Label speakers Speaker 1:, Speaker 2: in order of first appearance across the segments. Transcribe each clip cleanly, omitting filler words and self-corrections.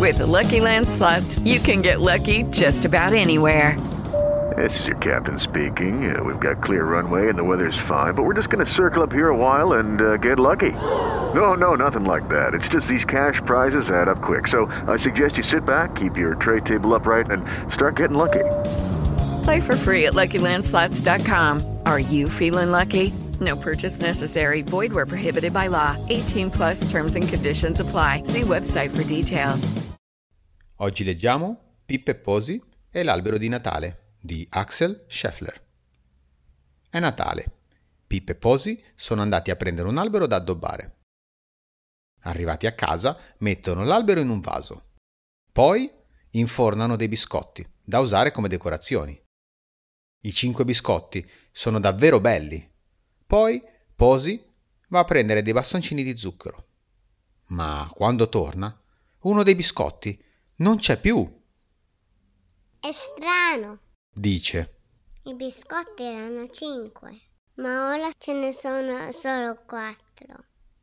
Speaker 1: With the Lucky Land Slots, you can get lucky just about anywhere.
Speaker 2: This is your captain speaking. We've got clear runway and the weather's fine, but we're just going to circle up here a while and get lucky. No, nothing like that. It's just these cash prizes add up quick. So I suggest you sit back, keep your tray table upright, and start getting lucky.
Speaker 1: Play for free at LuckyLandSlots.com. Are you feeling lucky? No purchase necessary. Void where prohibited by law. 18 plus terms and conditions apply. See website for details.
Speaker 3: Oggi leggiamo Pip e Posy e l'albero di Natale di Axel Scheffler. È Natale. Pip e Posy sono andati a prendere un albero da addobbare. Arrivati a casa, mettono l'albero in un vaso. Poi infornano dei biscotti da usare come decorazioni. I 5 biscotti sono davvero belli. Poi Posy va a prendere dei bastoncini di zucchero. Ma quando torna, uno dei biscotti non c'è più.
Speaker 4: È strano.
Speaker 3: Dice.
Speaker 4: I biscotti erano 5, ma ora ce ne sono solo 4.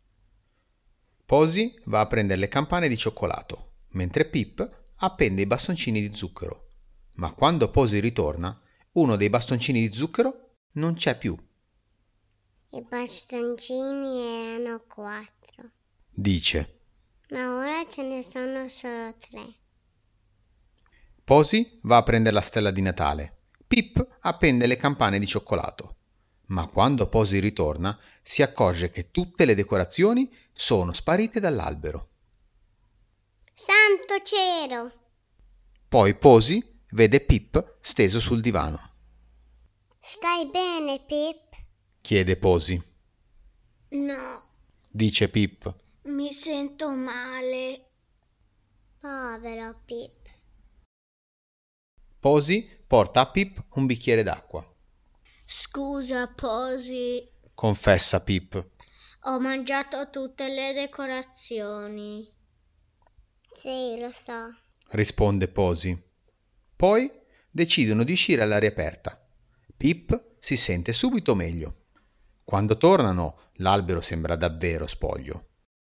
Speaker 3: Posy va a prendere le campane di cioccolato, mentre Pip appende i bastoncini di zucchero. Ma quando Posy ritorna, uno dei bastoncini di zucchero non c'è più.
Speaker 4: I bastoncini erano 4.
Speaker 3: Dice.
Speaker 4: Ma ora ce ne sono solo 3.
Speaker 3: Posy va a prendere la stella di Natale. Pip appende le campane di cioccolato. Ma quando Posy ritorna, si accorge che tutte le decorazioni sono sparite dall'albero.
Speaker 4: Santo cielo!
Speaker 3: Poi Posy vede Pip steso sul divano.
Speaker 4: Stai bene, Pip?
Speaker 3: Chiede Posy.
Speaker 4: No,
Speaker 3: Dice Pip.
Speaker 4: mi sento male. Povero Pip.
Speaker 3: Posy porta a Pip un bicchiere d'acqua.
Speaker 4: Scusa, Posy,
Speaker 3: Confessa Pip.
Speaker 4: ho mangiato tutte le decorazioni. Sì, lo so.
Speaker 3: Risponde Posy. Poi decidono di uscire all'aria aperta. Pip si sente subito meglio. Quando tornano, l'albero sembra davvero spoglio.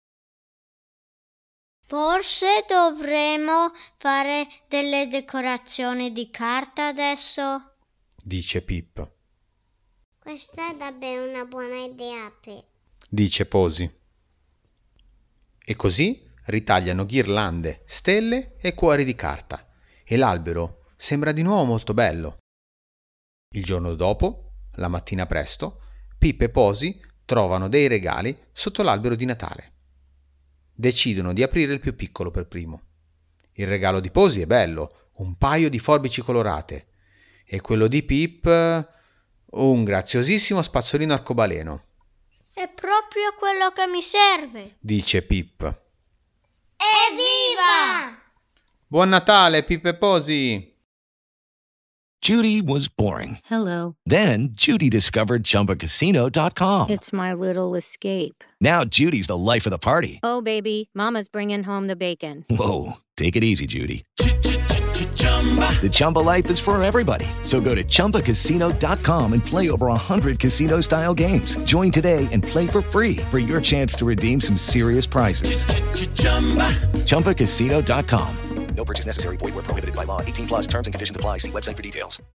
Speaker 4: Forse dovremmo fare delle decorazioni di carta adesso?
Speaker 3: Dice Pip.
Speaker 4: Questa è davvero una buona idea, Pip.
Speaker 3: Dice Posy. E così ritagliano ghirlande, stelle e cuori di carta. E l'albero sembra di nuovo molto bello. Il giorno dopo, la mattina presto, Pip e Posy trovano dei regali sotto l'albero di Natale. Decidono di aprire il più piccolo per primo. Il regalo di Posy è bello, un paio di forbici colorate, e quello di Pip un graziosissimo spazzolino arcobaleno.
Speaker 4: È proprio quello che mi serve.
Speaker 3: Dice Pip.
Speaker 4: Evviva!
Speaker 3: Buon Natale, Pip e Posy!
Speaker 5: Judy was boring.
Speaker 6: Hello.
Speaker 5: Then Judy discovered ChumbaCasino.com.
Speaker 6: It's my little escape.
Speaker 5: Now Judy's the life of the party.
Speaker 6: Oh, baby, mama's bringing home the bacon.
Speaker 5: Whoa, take it easy, Judy. The Chumba life is for everybody. So go to ChumbaCasino.com and play over 100 casino-style games. Join today and play for free for your chance to redeem some serious prizes. ChumbaCasino.com.
Speaker 7: No purchase necessary. Void where prohibited by law. 18 plus terms and conditions apply. See website for details.